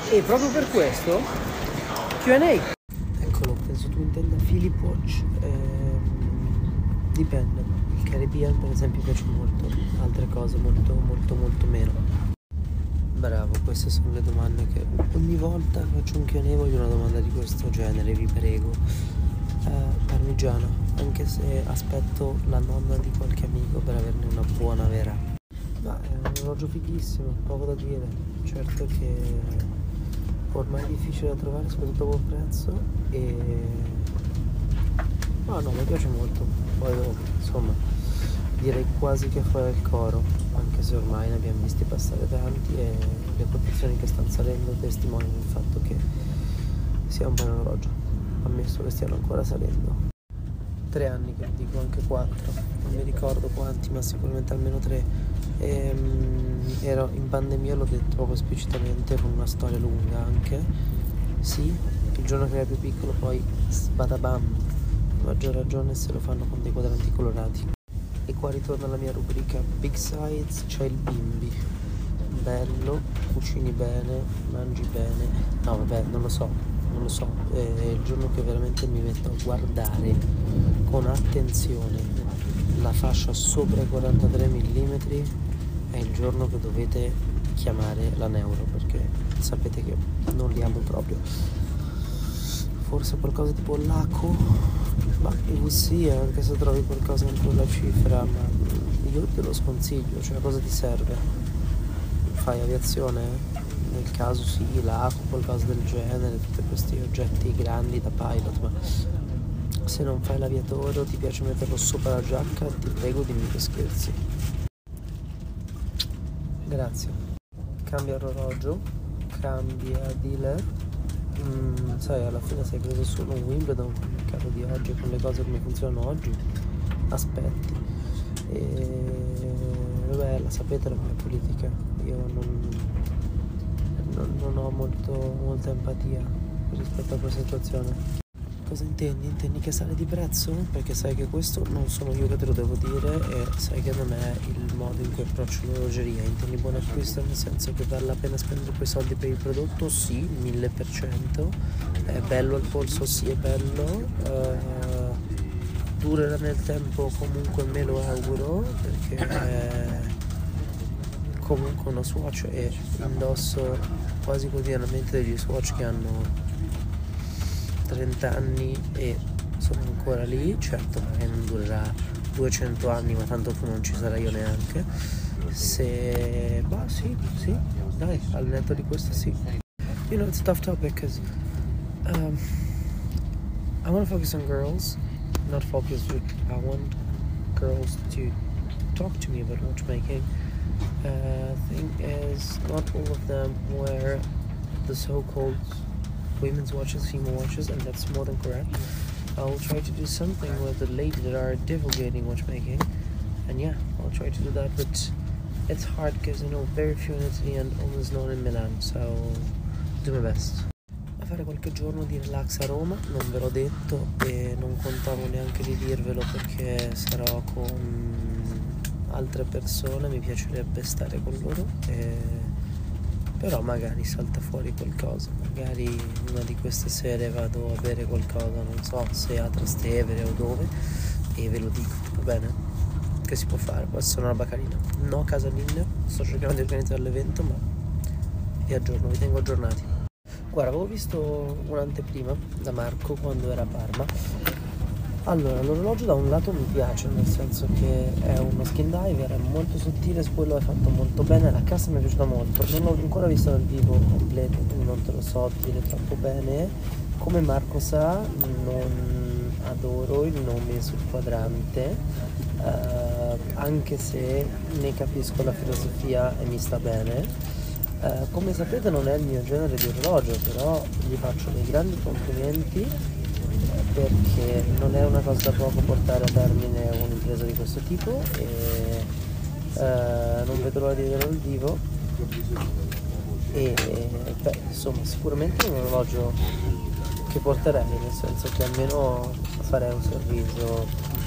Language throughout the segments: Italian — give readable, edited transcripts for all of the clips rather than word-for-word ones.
E proprio per questo Q&A. Eccolo, penso tu intenda Philip Watch. Dipende. Il Caribbean per esempio piace molto, altre cose molto molto molto meno. Bravo, queste sono le domande che ogni volta che faccio un Q&A voglio una domanda di questo genere, vi prego. Parmigiana, anche se aspetto la nonna di qualche amico per averne una buona vera. Ma è un orologio fighissimo, poco da dire. Certo che ormai è difficile da trovare, soprattutto a buon prezzo, e no, mi piace molto. Poi insomma direi quasi che fuori il coro, anche se ormai ne abbiamo visti passare tanti e le quotazioni che stanno salendo testimoniano il fatto che sia un buon orologio, ammesso che stiano ancora salendo. 3 anni che dico, anche 4, non mi ricordo quanti, ma sicuramente almeno 3. Ero in pandemia, l'ho detto proprio esplicitamente, con una storia lunga anche. Sì, il giorno che era più piccolo poi sbadabam, maggior ragione se lo fanno con dei quadranti colorati. E qua ritorna la mia rubrica Big Size, c'è il bimbi. Bello, cucini bene, mangi bene. No vabbè, non lo so. È il giorno che veramente mi metto a guardare con attenzione la fascia sopra i 43 mm, è il giorno che dovete chiamare la neuro, perché sapete che non li amo proprio. Forse qualcosa tipo l'ACO, ma sì, anche se trovi qualcosa in quella cifra, ma io te lo sconsiglio. Cioè, cosa ti serve? Fai aviazione? Nel caso sì, l'ACO, qualcosa del genere, tutti questi oggetti grandi da pilot, ma se non fai l'aviatore o ti piace metterlo sopra la giacca, ti prego dimmi che scherzi. Grazie. Cambia orologio, cambia dealer. Sai, alla fine sei preso solo un Wimbledon con il mercato di oggi, con le cose come funzionano oggi, aspetti. E vabbè, la sapete la mia politica, io non ho molta empatia rispetto a questa situazione. Cosa intendi? Intendi che sale di prezzo? Perché sai che questo non sono io che te lo devo dire e sai che non è il modo in cui approccio l'orologeria. Intendi buon acquisto nel senso che vale la pena spendere quei soldi per il prodotto? Sì, 1000%. È bello al polso? Sì, è bello. Durerà nel tempo? Comunque me lo auguro, perché comunque uno Swatch, e indosso quasi quotidianamente degli Swatch che hanno 30 anni e sono ancora lì. Certo che non durerà 200 anni, ma tanto tu non ci sarai io neanche. Se sì, dai, al netto di questo sì. You know, it's a tough topic because I want to focus on girls, not focus with, I want girls to talk to me about watchmaking. Thing is, not all of them wear the so-called women's watches, female watches, and that's more than correct. I'll try to do something with the ladies that are divulgating watchmaking, and yeah, I'll try to do that, but it's hard because, you know, very few in Italy and almost none in Milan, so I'll do my best. A fare qualche giorno di relax a Roma, non ve l'ho detto e non contavo neanche di dirvelo perché sarò con altre persone, mi piacerebbe stare con loro, però magari salta fuori qualcosa, magari una di queste sere vado a bere qualcosa, non so se a Trastevere o dove, e ve lo dico, va bene? Che si può fare, può essere una roba carina. No casalinghe, sto cercando di organizzare l'evento, ma vi aggiorno, vi tengo aggiornati. Guarda, avevo visto un'anteprima da Marco quando era a Parma. Allora, l'orologio da un lato mi piace, nel senso che è uno skin diver, è molto sottile, su quello è fatto molto bene, la cassa mi è piaciuta molto, non l'ho ancora visto dal vivo completo, quindi non te lo so dire troppo bene. Come Marco sa, non adoro il nome sul quadrante, anche se ne capisco la filosofia e mi sta bene. Come sapete non è il mio genere di orologio, però gli faccio dei grandi complimenti, perché non è una cosa da poco portare a termine un'impresa di questo tipo, e non vedo l'ora di vederlo dal vivo. E insomma, sicuramente è un orologio che porterei, nel senso che almeno farei un sorriso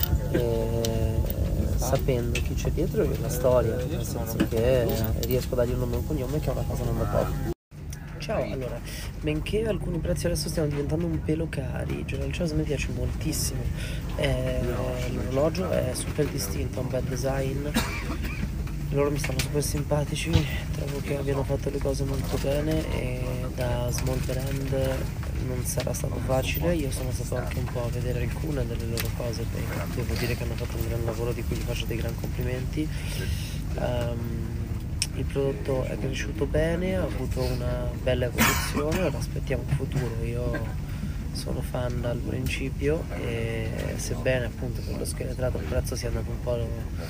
sapendo chi c'è dietro e la storia, nel senso che riesco a dargli un nome e un cognome, che è una cosa non da poco. Ciao, allora, benché alcuni prezzi adesso stiano diventando un pelo cari, General Choice a me piace moltissimo. L'orologio è super distinto, ha un bel design, loro mi stanno super simpatici, trovo che abbiano fatto le cose molto bene e da small brand non sarà stato facile. Io sono stato anche un po' a vedere alcune delle loro cose e devo dire che hanno fatto un gran lavoro di cui gli faccio dei gran complimenti. Il prodotto è cresciuto bene, ha avuto una bella evoluzione, ora aspettiamo il futuro. Io sono fan dal principio e sebbene appunto per lo scheletrato il prezzo sia andato un po'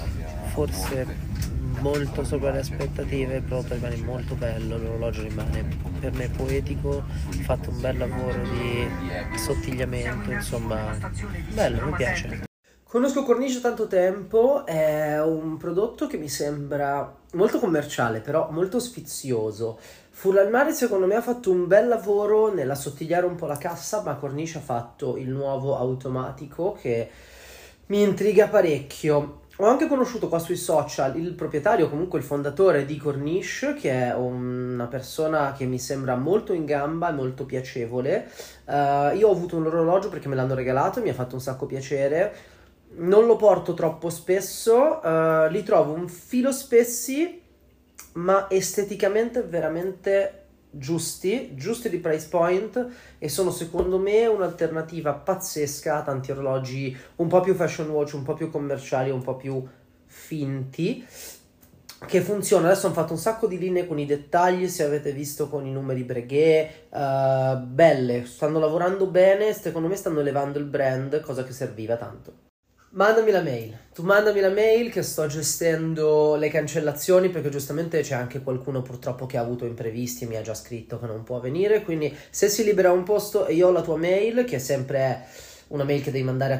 forse molto sopra le aspettative, il prodotto rimane molto bello, l'orologio rimane per me poetico, ha fatto un bel lavoro di sottigliamento, insomma bello, mi piace. Conosco Corniche da tanto tempo, è un prodotto che mi sembra molto commerciale, però molto sfizioso. Full al Mare secondo me ha fatto un bel lavoro nell'assottigliare un po' la cassa, ma Corniche ha fatto il nuovo automatico che mi intriga parecchio. Ho anche conosciuto qua sui social il proprietario, comunque il fondatore di Corniche, che è una persona che mi sembra molto in gamba e molto piacevole. Io ho avuto un orologio perché me l'hanno regalato e mi ha fatto un sacco piacere. Non lo porto troppo spesso, li trovo un filo spessi, ma esteticamente veramente giusti di price point e sono secondo me un'alternativa pazzesca a tanti orologi un po' più fashion watch, un po' più commerciali, un po' più finti, che funziona. Adesso hanno fatto un sacco di linee con i dettagli, se avete visto, con i numeri Breguet, belle, stanno lavorando bene, secondo me stanno elevando il brand, cosa che serviva tanto. Mandami la mail che sto gestendo le cancellazioni perché giustamente c'è anche qualcuno purtroppo che ha avuto imprevisti e mi ha già scritto che non può venire, quindi se si libera un posto e io ho la tua mail, che sempre è una mail che devi mandare a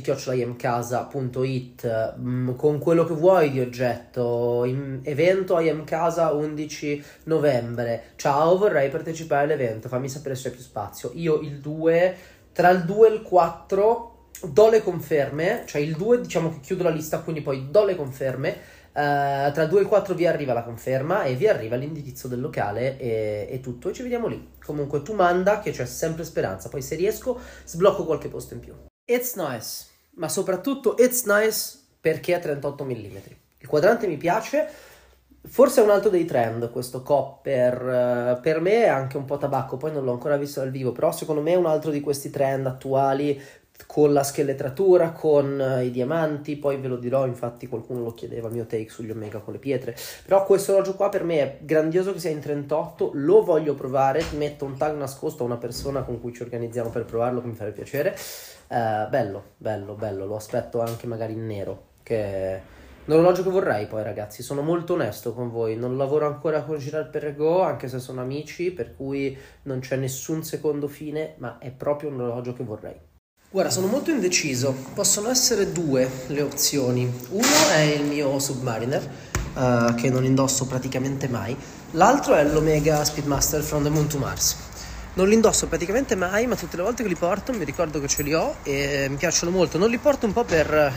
community@imcasa.it con quello che vuoi di oggetto, evento IMCasa 11 novembre, ciao vorrei partecipare all'evento, fammi sapere se c'è più spazio. Io tra il 2 e il 4 do le conferme, cioè il 2 diciamo che chiudo la lista, quindi poi do le conferme, tra il 2 e il 4 vi arriva la conferma e vi arriva l'indirizzo del locale e tutto, e ci vediamo lì. Comunque tu manda che c'è sempre speranza, poi se riesco sblocco qualche posto in più. It's nice, ma soprattutto it's nice perché è 38 mm. Il quadrante mi piace, forse è un altro dei trend questo copper, per me è anche un po' tabacco, poi non l'ho ancora visto dal vivo, però secondo me è un altro di questi trend attuali con la scheletratura, con i diamanti, poi ve lo dirò, infatti qualcuno lo chiedeva, il mio take sugli Omega con le pietre, però questo orologio qua per me è grandioso che sia in 38, lo voglio provare, ti metto un tag nascosto a una persona con cui ci organizziamo per provarlo, che mi farebbe piacere, bello, lo aspetto anche magari in nero, che è un orologio che vorrei poi ragazzi, sono molto onesto con voi, non lavoro ancora con Girard Perregaux, anche se sono amici, per cui non c'è nessun secondo fine, ma è proprio un orologio che vorrei. Guarda, sono molto indeciso, possono essere due le opzioni. Uno è il mio Submariner, che non indosso praticamente mai. L'altro è l'Omega Speedmaster From the Moon to Mars. Non li indosso praticamente mai, ma tutte le volte che li porto mi ricordo che ce li ho e mi piacciono molto. Non li porto un po' per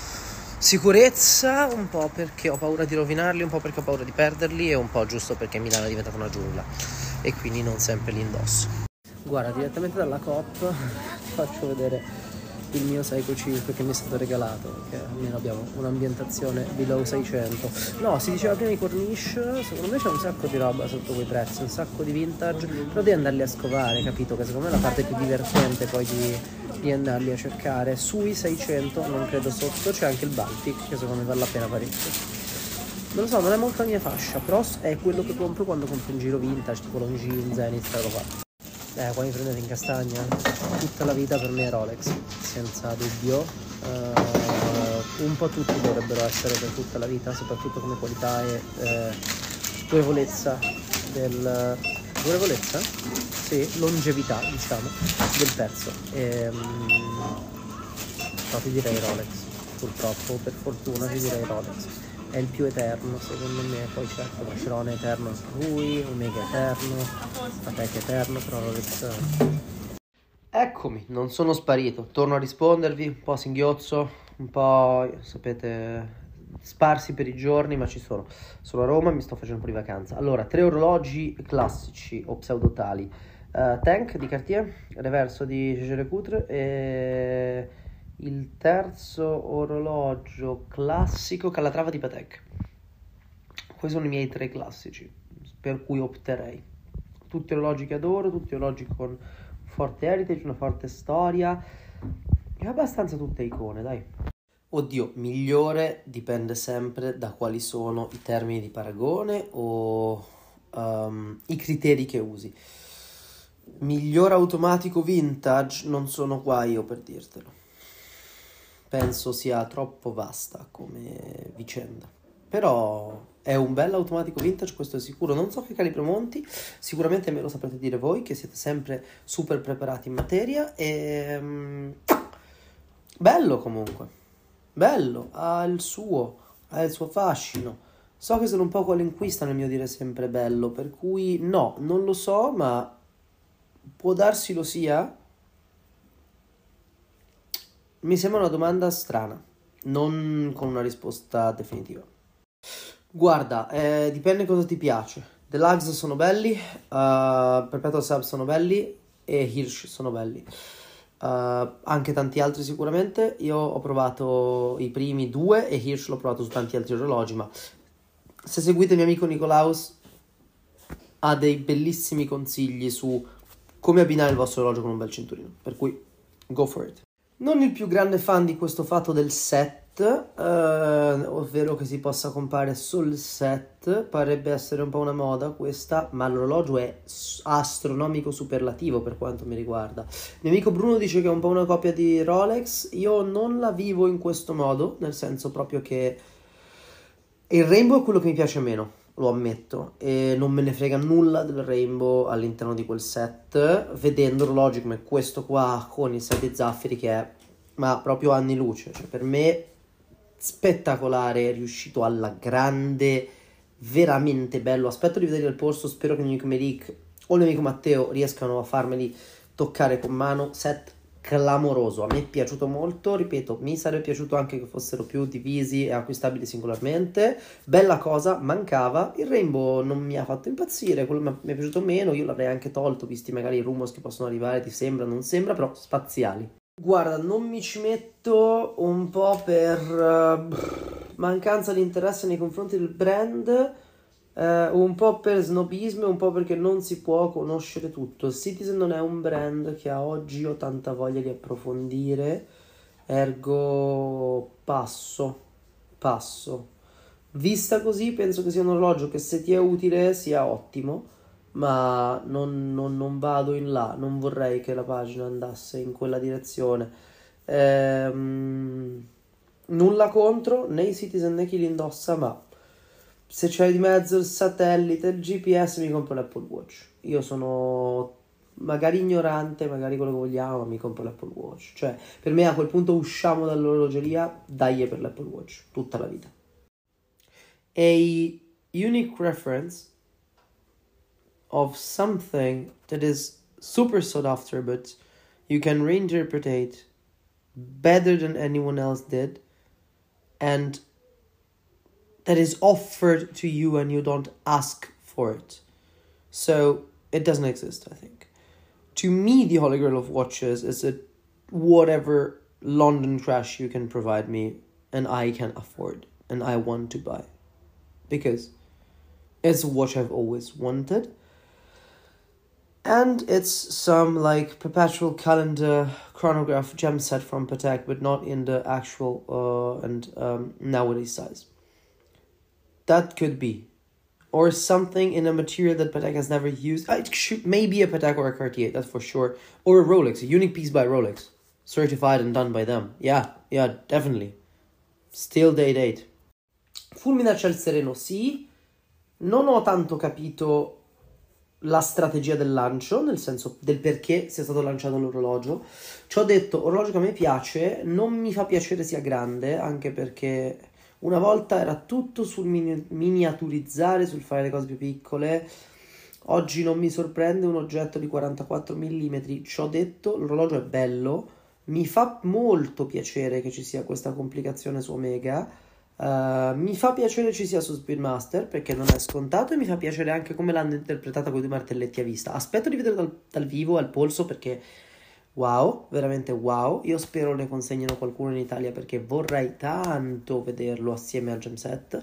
sicurezza, un po' perché ho paura di rovinarli, un po' perché ho paura di perderli e un po' giusto perché Milano è diventata una giungla e quindi non sempre li indosso. Guarda, direttamente dalla Coop ti faccio vedere il mio Seiko 5 che mi è stato regalato, perché almeno abbiamo un'ambientazione below 600. No, si diceva prima di Corniche, secondo me c'è un sacco di roba sotto quei prezzi, un sacco di vintage, però devi andarli a scovare, capito? Che secondo me è la parte più divertente poi di andarli a cercare. Sui 600, non credo sotto, c'è anche il Baltic, che secondo me vale la pena parecchio. Non lo so, non è molto la mia fascia, però è quello che compro quando compro in giro vintage, tipo Longines, Zenith, sta roba. Qua mi prendete in castagna, tutta la vita per me è Rolex, senza dubbio, un po' tutti dovrebbero essere per tutta la vita, soprattutto come qualità e durevolezza durevolezza? Sì, longevità diciamo, del pezzo, però ti direi Rolex, purtroppo, per fortuna ti direi Rolex. È il più eterno secondo me, poi certo Vacheron è eterno anche lui, Omega eterno, Patek eterno, però Rolex. Eccomi, non sono sparito, torno a rispondervi, un po' a singhiozzo, un po', sapete, sparsi per i giorni, ma ci sono. Sono a Roma e mi sto facendo un po' di vacanza. Allora, 3 orologi classici o pseudotali. Tank di Cartier, Reverso di Jaeger-LeCoultre e il terzo orologio classico Calatrava di Patek. Questi sono i miei 3 classici, per cui opterei. Tutti orologi che adoro, tutti orologi con forte heritage, una forte storia e abbastanza tutte icone, dai. Oddio, migliore dipende sempre da quali sono i termini di paragone o i criteri che usi. Miglior automatico vintage non sono qua io per dirtelo. Penso sia troppo vasta come vicenda. Però è un bel automatico vintage, questo è sicuro. Non so che calibro monti, sicuramente me lo saprete dire voi che siete sempre super preparati in materia. E bello comunque, bello, ha il suo fascino. So che sono un po' qualunquista nel mio dire sempre bello, per cui no, non lo so, ma può darsi lo sia. Mi sembra una domanda strana, non con una risposta definitiva. Guarda, dipende cosa ti piace. The Lugs sono belli, Perpetual Sub sono belli e Hirsch sono belli. Anche tanti altri sicuramente. Io ho provato i primi 2 e Hirsch l'ho provato su tanti altri orologi, ma se seguite il mio amico Nicolaus ha dei bellissimi consigli su come abbinare il vostro orologio con un bel cinturino, per cui go for it. Non il più grande fan di questo fatto del set, ovvero che si possa comprare sul set, parebbe essere un po' una moda questa, ma l'orologio è astronomico superlativo per quanto mi riguarda. Il mio amico Bruno dice che è un po' una copia di Rolex, io non la vivo in questo modo, nel senso proprio che il Rainbow è quello che mi piace meno, lo ammetto, e non me ne frega nulla del Rainbow all'interno di quel set, vedendo orologi come questo qua con il set di zaffiri che è, ma proprio anni luce, cioè per me spettacolare, riuscito alla grande, veramente bello. Aspetto di vedere il polso, spero che il mio amico Meric o il mio amico Matteo riescano a farmeli toccare con mano. Set clamoroso, a me è piaciuto molto, ripeto, mi sarebbe piaciuto anche che fossero più divisi e acquistabili singolarmente. Bella cosa, mancava. Il Rainbow non mi ha fatto impazzire, quello mi è piaciuto meno, io l'avrei anche tolto, visti magari i rumors che possono arrivare, ti sembra, non sembra, però spaziali. Guarda, non mi ci metto un po' per mancanza di interesse nei confronti del brand, un po' per snobismo e un po' perché non si può conoscere tutto. Il Citizen non è un brand che a oggi ho tanta voglia di approfondire, ergo passo. Vista così penso che sia un orologio che se ti è utile sia ottimo, ma non vado in là, non vorrei che la pagina andasse in quella direzione. Nulla contro né i Citizen né chi li indossa, ma se c'è di mezzo il satellite, il GPS, mi compro l'Apple Watch. Io sono magari ignorante, magari quello che vogliamo, ma mi compro l'Apple Watch. Cioè, per me a quel punto usciamo dall'orologeria, dai per l'Apple Watch, tutta la vita. A unique reference of something that is super sought after, but you can reinterpret better than anyone else did, and that is offered to you and you don't ask for it. So it doesn't exist, I think. To me, the Holy Grail of watches is that whatever London crash you can provide me and I can afford and I want to buy. Because it's a watch I've always wanted. And it's some like perpetual calendar chronograph gem set from Patek, but not in the actual nowadays size. That could be. Or something in a material that Patek has never used. It should maybe a Patek or a Cartier, that's for sure. Or a Rolex, a unique piece by Rolex. Certified and done by them. Yeah, definitely. Still date. Fulmine a ciel sereno, sì. Non ho tanto capito la strategia del lancio, nel senso del perché sia stato lanciato l'orologio. Ci ho detto, orologio che a me piace, non mi fa piacere sia grande, anche perché una volta era tutto sul miniaturizzare, sul fare le cose più piccole. Oggi non mi sorprende un oggetto di 44 mm. Ci ho detto, l'orologio è bello, mi fa molto piacere che ci sia questa complicazione su Omega, Mi fa piacere ci sia su Speedmaster perché non è scontato, e mi fa piacere anche come l'hanno interpretata con i due martelletti a vista. Aspetto di vederlo dal vivo, al polso, perché wow, veramente wow. Io spero ne consegnino qualcuno in Italia perché vorrei tanto vederlo assieme al Jam Set.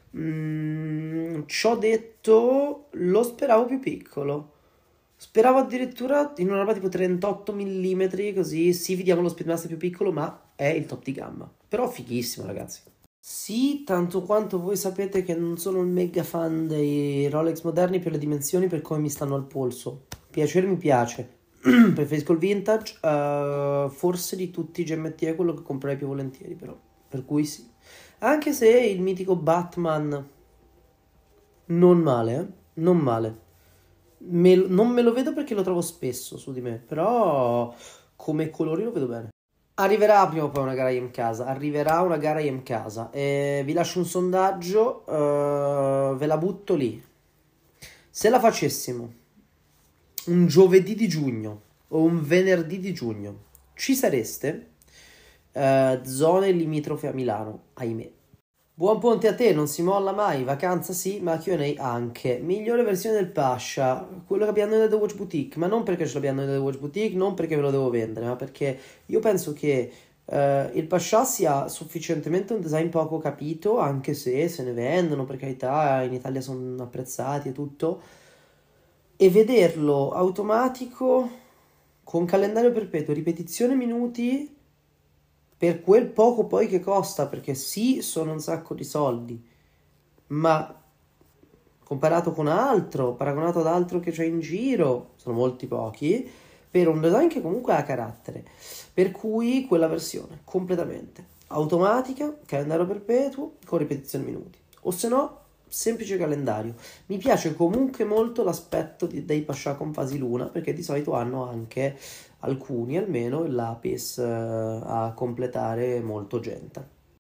Ciò detto, lo speravo più piccolo. Speravo addirittura in una roba tipo 38 mm, così sì, vediamo lo Speedmaster più piccolo, ma è il top di gamma. Però fighissimo, ragazzi. Sì, tanto quanto voi sapete che non sono un mega fan dei Rolex moderni per le dimensioni, per come mi stanno al polso. Piacere mi piace. Preferisco il vintage. Forse di tutti i GMT è quello che comprerei più volentieri, però. Per cui sì. Anche se il mitico Batman non male, non male. Non me lo vedo perché lo trovo spesso su di me, però come colori lo vedo bene. Arriverà prima o poi una gara in casa, arriverà una gara in casa. Vi lascio un sondaggio, ve la butto lì. Se la facessimo un giovedì di giugno o un venerdì di giugno, ci sareste? Zone limitrofe a Milano, ahimè. Buon ponte a te, non si molla mai, vacanza sì, ma Q&A anche. Migliore versione del Pasha, quello che abbiamo noi da The Watch Boutique, ma non perché ce l'abbiamo noi da The Watch Boutique, non perché ve lo devo vendere, ma perché io penso che il Pasha sia sufficientemente un design poco capito, anche se ne vendono, per carità, in Italia sono apprezzati e tutto, e vederlo automatico, con calendario perpetuo, ripetizione minuti, per quel poco poi che costa, perché sì, sono un sacco di soldi, ma comparato con altro, paragonato ad altro che c'è in giro, sono molti pochi, per un design che comunque ha carattere. Per cui quella versione, completamente automatica, calendario perpetuo, con ripetizione minuti. O se no, semplice calendario. Mi piace comunque molto l'aspetto dei Pasha con fasi luna, perché di solito hanno anche alcuni almeno l'Apis a completare molto genta.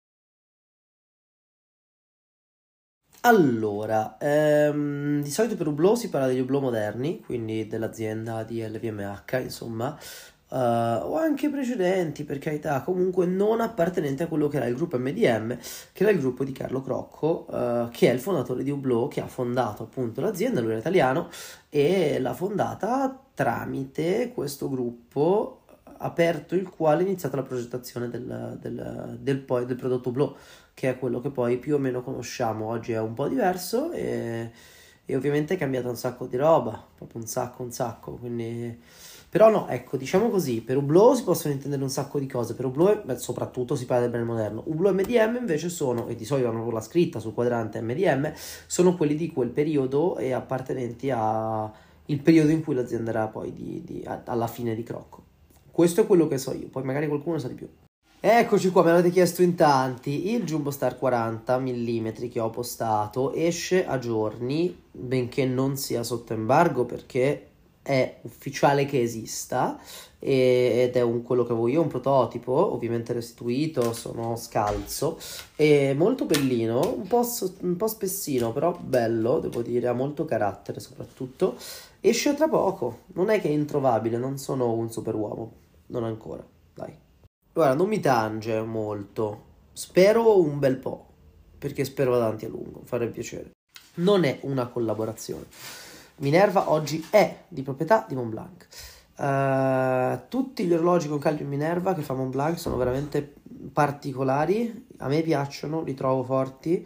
Allora, di solito per Hublot si parla degli Hublot moderni, quindi dell'azienda di LVMH, insomma, o anche precedenti, per carità, comunque non appartenenti a quello che era il gruppo MDM, che era il gruppo di Carlo Crocco, che è il fondatore di Hublot, che ha fondato appunto l'azienda, lui era italiano, e l'ha fondata tramite questo gruppo aperto, il quale è iniziata la progettazione del prodotto Hublot, che è quello che poi più o meno conosciamo. Oggi è un po' diverso e ovviamente è cambiata un sacco di roba, proprio un sacco, quindi... Però no, ecco, diciamo così, per Hublot si possono intendere un sacco di cose, per Hublot soprattutto si parla del brand moderno. Hublot e MDM invece sono, e di solito hanno la scritta sul quadrante MDM, sono quelli di quel periodo e appartenenti a il periodo in cui l'azienda era poi alla fine di Crocco. Questo è quello che so io, poi magari qualcuno sa di più. Eccoci qua, me l'avete chiesto in tanti. Il Jumbo Star 40 mm che ho postato esce a giorni, benché non sia sotto embargo, perché è ufficiale che esista ed è quello che avevo io, un prototipo, ovviamente restituito, sono scalzo, e molto bellino, un po' spessino, però bello, devo dire, ha molto carattere soprattutto. Esce tra poco, non è che è introvabile, non sono un superuomo, non ancora, dai. Guarda, non mi tange molto, spero un bel po', perché spero avanti a lungo, farebbe piacere. Non è una collaborazione. Minerva oggi è di proprietà di Montblanc. Tutti gli orologi con calibro Minerva che fa Montblanc sono veramente particolari, a me piacciono, li trovo forti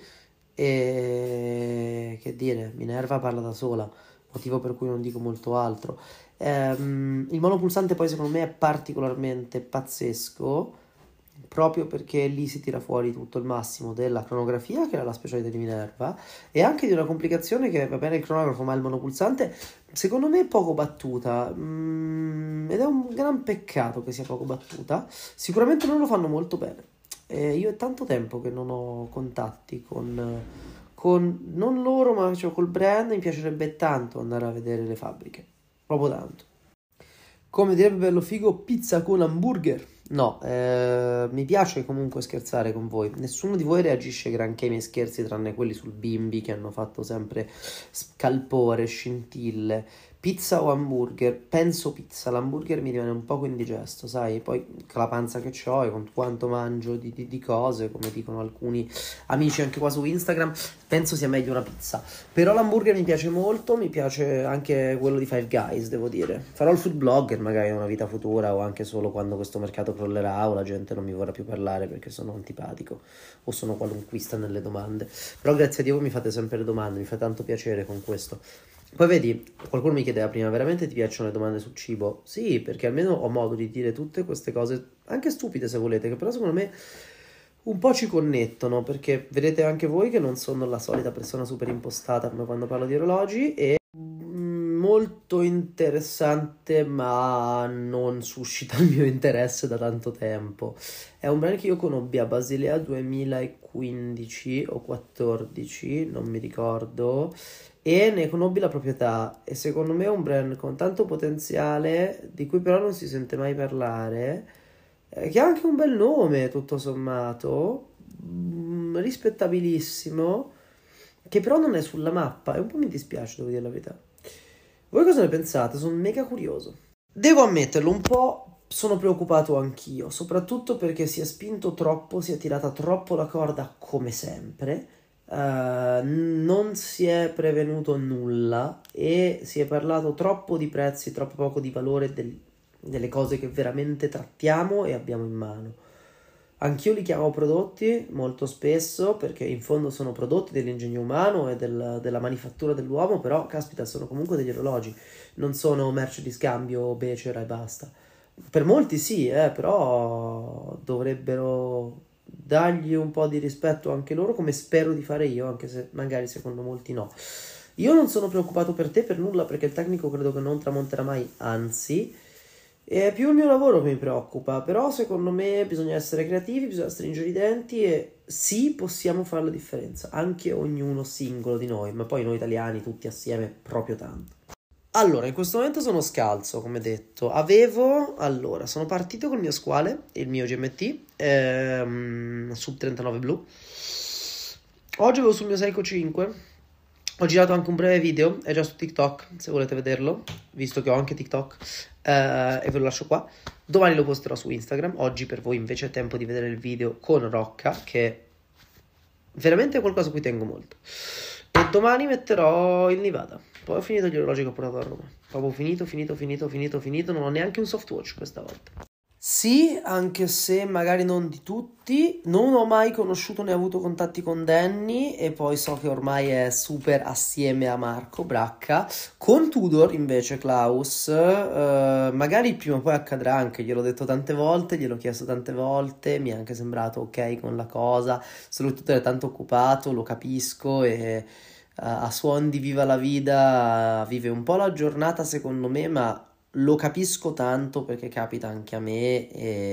e che dire, Minerva parla da sola, motivo per cui non dico molto altro. Il monopulsante poi secondo me è particolarmente pazzesco, proprio perché lì si tira fuori tutto il massimo della cronografia, che era la specialità di Minerva, e anche di una complicazione che va bene il cronografo, ma il monopulsante secondo me è poco battuta, ed è un gran peccato che sia poco battuta. Sicuramente non lo fanno molto bene. Io è tanto tempo che non ho contatti con non loro, ma cioè, col brand. Mi piacerebbe tanto andare a vedere le fabbriche, proprio tanto. Come direbbe bello figo, pizza con hamburger. No, mi piace comunque scherzare con voi. Nessuno di voi reagisce granché ai miei scherzi, tranne quelli sul bimbi che hanno fatto sempre scalpore, scintille. Pizza o hamburger? Penso pizza, l'hamburger mi rimane un poco indigesto, sai? Poi con la panza che ho e con quanto mangio di cose, come dicono alcuni amici anche qua su Instagram, penso sia meglio una pizza. Però l'hamburger mi piace molto, mi piace anche quello di Five Guys, devo dire. Farò il food blogger magari in una vita futura o anche solo quando questo mercato crollerà o la gente non mi vorrà più parlare perché sono antipatico o sono qualunquista nelle domande. Però grazie a Dio mi fate sempre le domande, mi fa tanto piacere con questo. Poi vedi, qualcuno mi chiedeva prima, veramente ti piacciono le domande sul cibo? Sì, perché almeno ho modo di dire tutte queste cose, anche stupide se volete, che però secondo me un po' ci connettono, perché vedete anche voi che non sono la solita persona super impostata come quando parlo di orologi e molto interessante, ma non suscita il mio interesse da tanto tempo. È un brand che io conobbi a Basilea 2015 o 14, non mi ricordo, e ne conobbi la proprietà e secondo me è un brand con tanto potenziale di cui però non si sente mai parlare, che ha anche un bel nome tutto sommato, rispettabilissimo, che però non è sulla mappa e un po' mi dispiace, devo dire la verità. Voi cosa ne pensate? Sono mega curioso. Devo ammetterlo, un po' sono preoccupato anch'io, soprattutto perché si è spinto troppo, si è tirata troppo la corda come sempre. Non si è prevenuto nulla e si è parlato troppo di prezzi, troppo poco di valore delle cose che veramente trattiamo e abbiamo in mano. Anch'io li chiamo prodotti molto spesso perché in fondo sono prodotti dell'ingegno umano e della manifattura dell'uomo, però caspita sono comunque degli orologi, non sono merce di scambio becera e basta. Per molti sì, però dovrebbero dargli un po' di rispetto anche loro, come spero di fare io, anche se magari secondo molti no. Io non sono preoccupato per te per nulla, perché il tecnico credo che non tramonterà mai, anzi, è più il mio lavoro che mi preoccupa, però secondo me bisogna essere creativi, bisogna stringere i denti e sì, possiamo fare la differenza, anche ognuno singolo di noi, ma poi noi italiani tutti assieme proprio tanto. Allora, in questo momento sono scalzo, come detto. Sono partito col mio squale, il mio GMT, Sub 39 blu. Oggi avevo sul mio Seiko 5. Ho girato anche un breve video, è già su TikTok, se volete vederlo, visto che ho anche TikTok, e ve lo lascio qua. Domani lo posterò su Instagram, oggi per voi invece è tempo di vedere il video con Rocca, che veramente è qualcosa a cui tengo molto. E domani metterò il Nevada. Poi ho finito gli orologi che ho portato a Roma. Proprio finito. Non ho neanche un softwatch questa volta. Sì, anche se magari non di tutti. Non ho mai conosciuto né avuto contatti con Danny. E poi so che ormai è super assieme a Marco Bracca. Con Tudor invece, Klaus, magari prima o poi accadrà anche. Gliel'ho detto tante volte, gliel'ho chiesto tante volte. Mi è anche sembrato ok con la cosa. Soprattutto è tanto occupato, lo capisco e a suon di Viva la Vida vive un po' la giornata secondo me, ma lo capisco tanto perché capita anche a me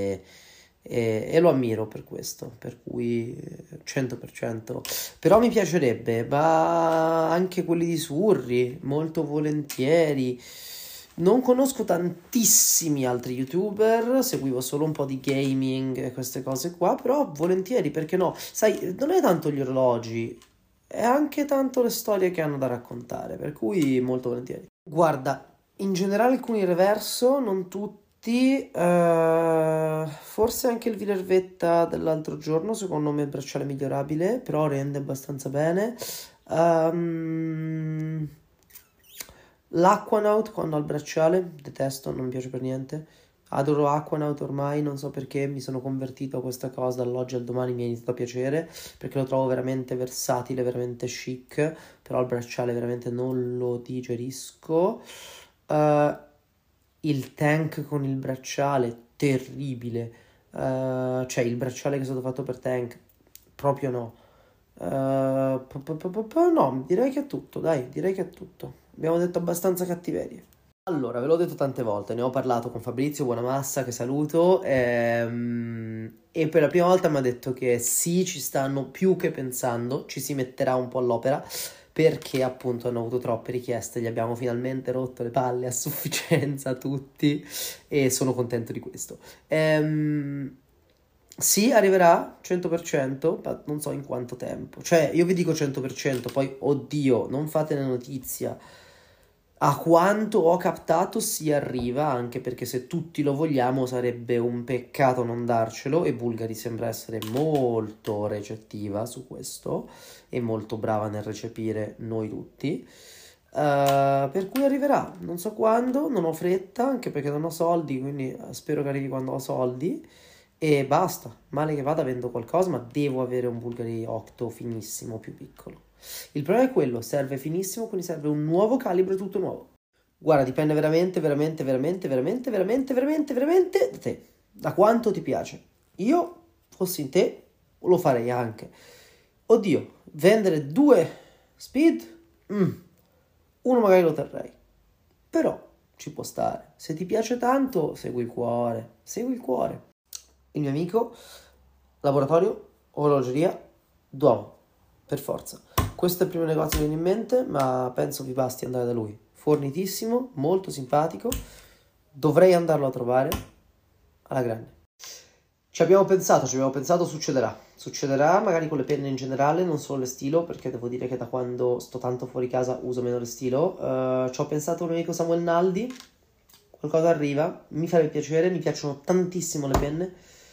e lo ammiro per questo, per cui 100%. Però mi piacerebbe, ma anche quelli di Surri, molto volentieri. Non conosco tantissimi altri youtuber, seguivo solo un po' di gaming e queste cose qua, però volentieri, perché no? Sai, non è tanto gli orologi, è anche tanto le storie che hanno da raccontare, per cui molto volentieri. Guarda, in generale alcuni reverso, non tutti, forse anche il Vilervetta dell'altro giorno, secondo me è il bracciale migliorabile, però rende abbastanza bene. L'Aquanaut quando ha il bracciale, detesto, non mi piace per niente. Adoro Aquanaut ormai, non so perché mi sono convertito a questa cosa, dall'oggi al domani mi è iniziato a piacere, perché lo trovo veramente versatile, veramente chic, però il bracciale veramente non lo digerisco. Il tank con il bracciale, terribile. Cioè il bracciale che è stato fatto per tank, proprio no. No, direi che è tutto, dai, direi che è tutto. Abbiamo detto abbastanza cattiverie. Allora, ve l'ho detto tante volte, ne ho parlato con Fabrizio Buonamassa, che saluto, e per la prima volta mi ha detto che sì, ci stanno più che pensando, ci si metterà un po' all'opera, perché appunto hanno avuto troppe richieste, gli abbiamo finalmente rotto le palle a sufficienza tutti, e sono contento di questo. Sì, arriverà 100%, ma non so in quanto tempo. Cioè, io vi dico 100%, poi, oddio, non fatene notizia. A quanto ho captato si arriva, anche perché se tutti lo vogliamo sarebbe un peccato non darcelo, e Bulgari sembra essere molto recettiva su questo e molto brava nel recepire noi tutti. Per cui arriverà, non so quando, non ho fretta, anche perché non ho soldi, quindi spero che arrivi quando ho soldi. E basta, male che vada vendo qualcosa, ma devo avere un Bulgari Octo finissimo, più piccolo. Il problema è quello, serve finissimo, quindi serve un nuovo calibro tutto nuovo. Guarda, dipende veramente, veramente, veramente, veramente, veramente, veramente, veramente da te. Da quanto ti piace. Io, fossi in te, lo farei anche. Oddio, vendere 2 speed? Uno magari lo terrei. Però ci può stare. Se ti piace tanto, segui il cuore. Segui il cuore. Il mio amico, laboratorio, orologeria, Duomo. Per forza. Questo è il primo negozio che mi viene in mente, ma penso vi basti andare da lui. Fornitissimo, molto simpatico. Dovrei andarlo a trovare alla grande. Ci abbiamo pensato, succederà. Succederà magari con le penne in generale, non solo le stilo, perché devo dire che da quando sto tanto fuori casa uso meno le stilo. Ci ho pensato un mio amico Samuel Naldi, qualcosa arriva, mi farebbe piacere, mi piacciono tantissimo le penne.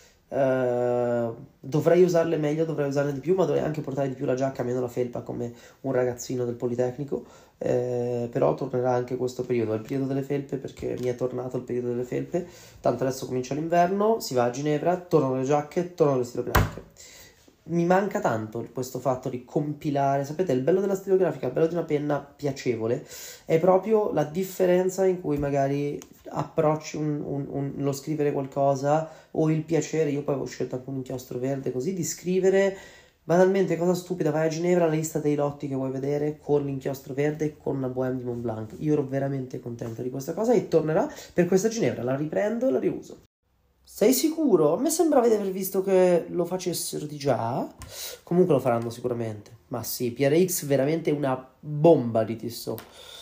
Dovrei usarle meglio, dovrei usarne di più, ma dovrei anche portare di più la giacca, meno la felpa come un ragazzino del Politecnico. Però tornerà anche questo periodo, è il periodo delle felpe, perché mi è tornato il periodo delle felpe. Tanto adesso comincia l'inverno, si va a Ginevra, tornano le giacche, tornano le stilografiche. Mi manca tanto questo fatto di compilare, sapete, il bello della stilografica, il bello di una penna piacevole è proprio la differenza in cui magari approcci lo scrivere qualcosa, o il piacere. Io poi avevo scelto anche un inchiostro verde, così, di scrivere banalmente, cosa stupida, vai a Ginevra, la lista dei lotti che vuoi vedere con l'inchiostro verde e con una Bohème di Mont Blanc. Io ero veramente contento di questa cosa e tornerà per questa Ginevra, la riprendo e la riuso. Sei sicuro? A me sembrava di aver visto che lo facessero di già. Comunque lo faranno sicuramente. Ma sì, PRX veramente una bomba di Tissot.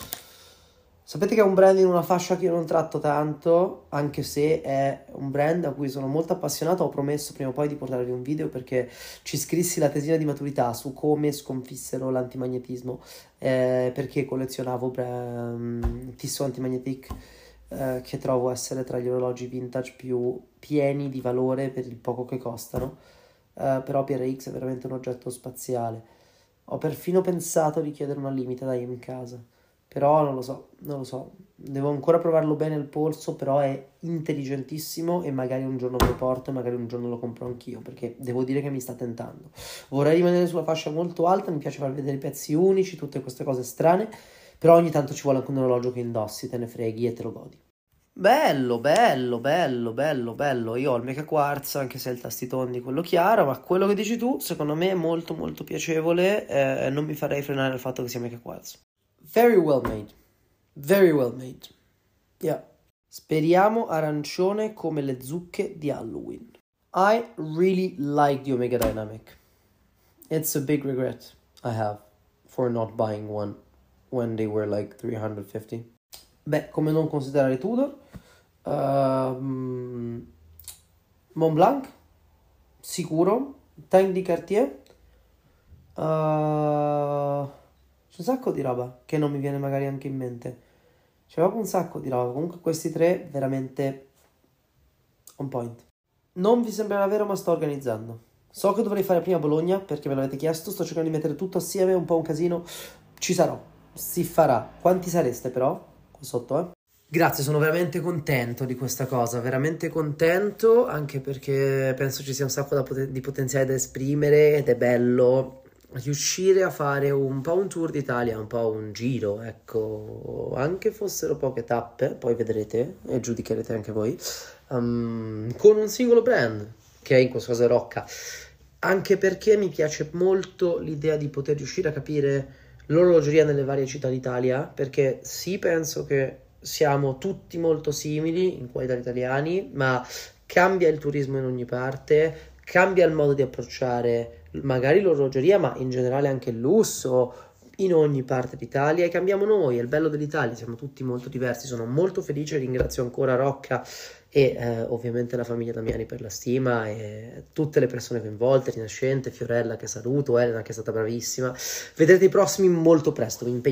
Sapete che è un brand in una fascia che io non tratto tanto, anche se è un brand a cui sono molto appassionato. Ho promesso prima o poi di portarvi un video, perché ci scrissi la tesina di maturità su come sconfissero l'antimagnetismo, perché collezionavo Tissot Antimagnetic, che trovo essere tra gli orologi vintage più pieni di valore per il poco che costano. Però PRX è veramente un oggetto spaziale. Ho perfino pensato di chiedere una limited in casa, però non lo so, devo ancora provarlo bene al polso, però è intelligentissimo e magari un giorno me lo porto e magari un giorno lo compro anch'io, perché devo dire che mi sta tentando. Vorrei rimanere sulla fascia molto alta, mi piace far vedere i pezzi unici, tutte queste cose strane, però ogni tanto ci vuole anche un orologio che indossi, te ne freghi e te lo godi. Bello, bello, bello, bello, bello. Io ho il Mecha Quartz, anche se è il tastitondi quello chiaro, ma quello che dici tu, secondo me è molto molto piacevole, non mi farei frenare dal fatto che sia Mecha Quartz. Very well made. Very well made. Yeah. Speriamo arancione come le zucche di Halloween. I really like the Omega Dynamic. It's a big regret I have for not buying one when they were like 350. Beh, come non considerare Tudor? Mont Blanc? Sicuro. Tank di Cartier? C'è un sacco di roba che non mi viene magari anche in mente. C'è proprio un sacco di roba. Comunque questi tre veramente on point. Non vi sembrerà vero, ma sto organizzando. So che dovrei fare prima a Bologna, perché me l'avete chiesto. Sto cercando di mettere tutto assieme, un po' un casino. Ci sarò. Si farà. Quanti sareste però? Qua sotto, eh? Grazie, sono veramente contento di questa cosa, veramente contento, anche perché penso ci sia un sacco di potenziale da esprimere, ed è bello riuscire a fare un po' un tour d'Italia, un po' un giro, ecco, anche fossero poche tappe, poi vedrete e giudicherete anche voi, con un singolo brand, che in questo caso è Rocca, anche perché mi piace molto l'idea di poter riuscire a capire l'orologeria nelle varie città d'Italia, perché sì, penso che siamo tutti molto simili in qualità di italiani, ma cambia il turismo in ogni parte, cambia il modo di approcciare magari l'orologeria, ma in generale anche il lusso in ogni parte d'Italia, e cambiamo noi, è il bello dell'Italia, siamo tutti molto diversi. Sono molto felice, ringrazio ancora Rocca e ovviamente la famiglia Damiani per la stima, e tutte le persone coinvolte, Rinascente, Fiorella che saluto, Elena che è stata bravissima. Vedrete i prossimi molto presto, vi impegno.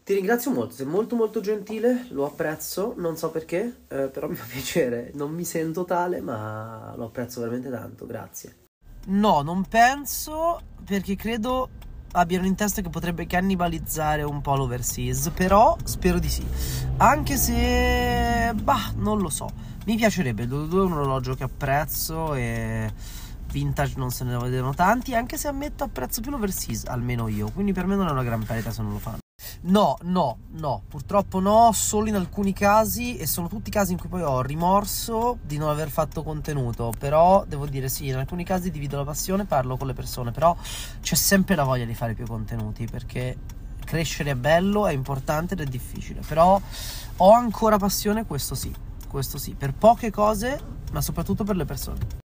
Ti ringrazio molto, sei molto molto gentile, lo apprezzo, non so perché, però mi fa piacere, non mi sento tale, ma lo apprezzo veramente tanto, grazie. No, non penso, perché credo abbiano in testa che potrebbe cannibalizzare un po' l'Overseas, però spero di sì, anche se, bah, non lo so, mi piacerebbe, il 2 è un orologio che apprezzo e vintage non se ne vedono tanti, anche se ammetto apprezzo più l'Overseas, almeno io, quindi per me non è una gran perdita se non lo fanno. No, purtroppo no, solo in alcuni casi, e sono tutti casi in cui poi ho rimorso di non aver fatto contenuto, però devo dire sì, in alcuni casi divido la passione, parlo con le persone, però c'è sempre la voglia di fare più contenuti, perché crescere è bello, è importante ed è difficile, però ho ancora passione, questo sì, per poche cose, ma soprattutto per le persone.